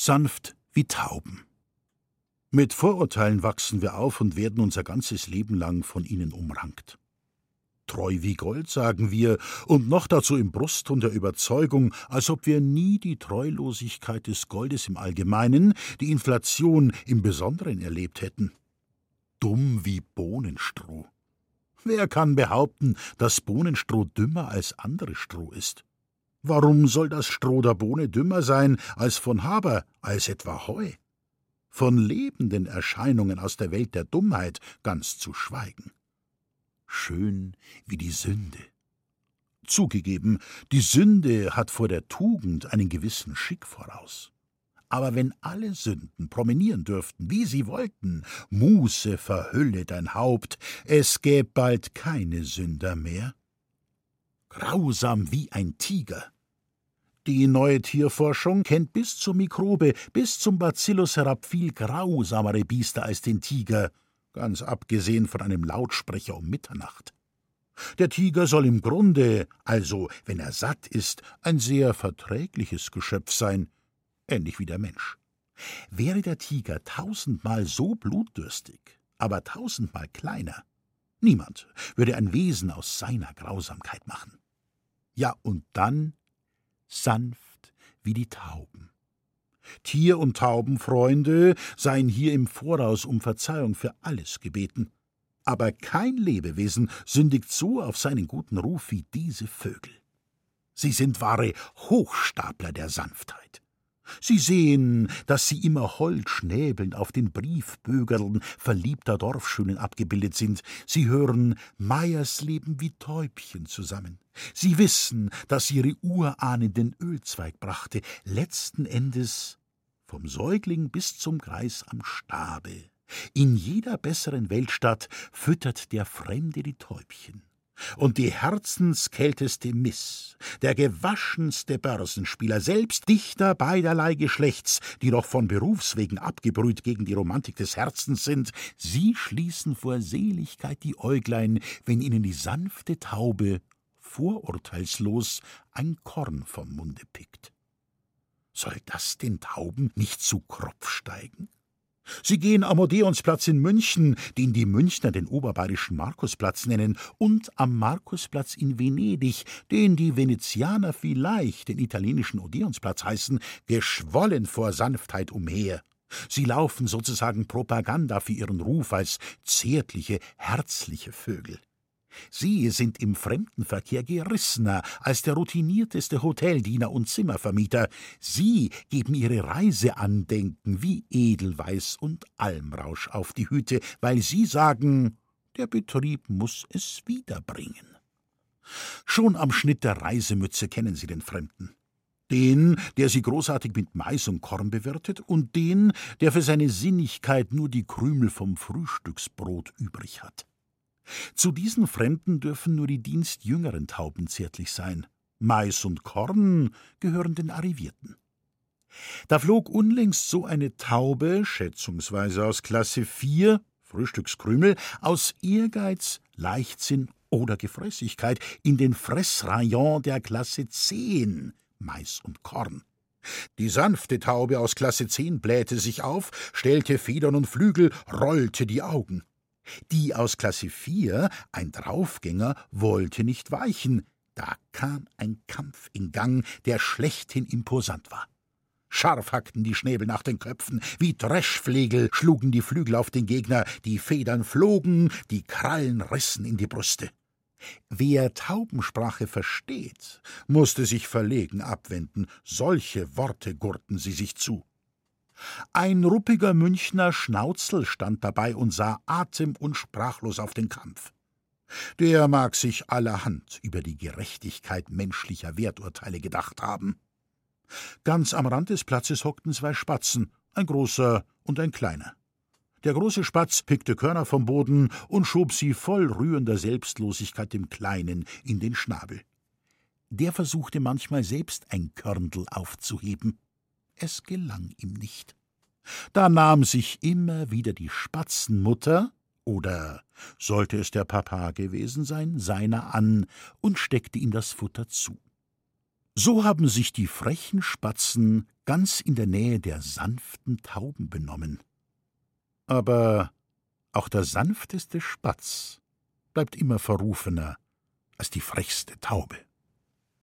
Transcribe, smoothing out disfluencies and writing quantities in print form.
sanft wie Tauben. Mit Vorurteilen wachsen wir auf und werden unser ganzes Leben lang von ihnen umrankt. Treu wie Gold, sagen wir, und noch dazu im Brustton der Überzeugung, als ob wir nie die Treulosigkeit des Goldes im Allgemeinen, die Inflation im Besonderen erlebt hätten. Dumm wie Bohnenstroh. Wer kann behaupten, dass Bohnenstroh dümmer als anderes Stroh ist? Warum soll das Stroh der Bohne dümmer sein als von Haber, als etwa Heu? Von lebenden Erscheinungen aus der Welt der Dummheit ganz zu schweigen. Schön wie die Sünde. Zugegeben, die Sünde hat vor der Tugend einen gewissen Schick voraus. Aber wenn alle Sünden promenieren dürften, wie sie wollten, Muße verhülle dein Haupt, es gäb bald keine Sünder mehr. Grausam wie ein Tiger. Die neue Tierforschung kennt bis zur Mikrobe, bis zum Bacillus herab viel grausamere Biester als den Tiger, ganz abgesehen von einem Lautsprecher um Mitternacht. Der Tiger soll im Grunde, also wenn er satt ist, ein sehr verträgliches Geschöpf sein, ähnlich wie der Mensch. Wäre der Tiger 1000-mal so blutdürstig, aber 1000-mal kleiner, niemand würde ein Wesen aus seiner Grausamkeit machen. Ja, und dann sanft wie die Tauben. Tier- und Taubenfreunde seien hier im Voraus um Verzeihung für alles gebeten. Aber kein Lebewesen sündigt so auf seinen guten Ruf wie diese Vögel. Sie sind wahre Hochstapler der Sanftheit. Sie sehen, dass sie immer holzschnäbelnd auf den Briefbögerln verliebter Dorfschönen abgebildet sind. Sie hören Meiersleben wie Täubchen zusammen. Sie wissen, dass ihre Urahnen den Ölzweig brachte, letzten Endes vom Säugling bis zum Greis am Stabe. In jeder besseren Weltstadt füttert der Fremde die Täubchen. Und die herzenskälteste Miss, der gewaschenste Börsenspieler, selbst Dichter beiderlei Geschlechts, die doch von Berufswegen abgebrüht gegen die Romantik des Herzens sind, sie schließen vor Seligkeit die Äuglein, wenn ihnen die sanfte Taube vorurteilslos ein Korn vom Munde pickt. Soll das den Tauben nicht zu Kropf steigen? Sie gehen am Odeonsplatz in München, den die Münchner den oberbayerischen Markusplatz nennen, und am Markusplatz in Venedig, den die Venezianer vielleicht den italienischen Odeonsplatz heißen, geschwollen vor Sanftheit umher. Sie laufen sozusagen Propaganda für ihren Ruf als zärtliche, herzliche Vögel. Sie sind im Fremdenverkehr gerissener als der routinierteste Hoteldiener und Zimmervermieter. Sie geben ihre Reiseandenken wie Edelweiß und Almrausch auf die Hüte, weil sie sagen, der Betrieb muß es wiederbringen. Schon am Schnitt der Reisemütze kennen Sie den Fremden. Den, der sie großartig mit Mais und Korn bewirtet, und den, der für seine Sinnigkeit nur die Krümel vom Frühstücksbrot übrig hat. Zu diesen Fremden dürfen nur die dienstjüngeren Tauben zärtlich sein. Mais und Korn gehören den Arrivierten. Da flog unlängst so eine Taube, schätzungsweise aus Klasse 4, Frühstückskrümel, aus Ehrgeiz, Leichtsinn oder Gefräßigkeit in den Fressrayon der Klasse 10, Mais und Korn. Die sanfte Taube aus Klasse 10 blähte sich auf, stellte Federn und Flügel, rollte die Augen. Die aus Klasse 4, ein Draufgänger, wollte nicht weichen. Da kam ein Kampf in Gang, der schlechthin imposant war. Scharf hackten die Schnäbel nach den Köpfen, wie Dreschflegel schlugen die Flügel auf den Gegner, die Federn flogen, die Krallen rissen in die Brüste. Wer Taubensprache versteht, musste sich verlegen abwenden, solche Worte gurrten sie sich zu. Ein ruppiger Münchner Schnauzel stand dabei und sah atem- und sprachlos auf den Kampf. Der mag sich allerhand über die Gerechtigkeit menschlicher Werturteile gedacht haben. Ganz am Rand des Platzes hockten zwei Spatzen, ein großer und ein kleiner. Der große Spatz pickte Körner vom Boden und schob sie voll rührender Selbstlosigkeit dem Kleinen in den Schnabel. Der versuchte manchmal selbst ein Körndl aufzuheben. Es gelang ihm nicht. Da nahm sich immer wieder die Spatzenmutter, oder sollte es der Papa gewesen sein, seiner an und steckte ihm das Futter zu. So haben sich die frechen Spatzen ganz in der Nähe der sanften Tauben benommen. Aber auch der sanfteste Spatz bleibt immer verrufener als die frechste Taube.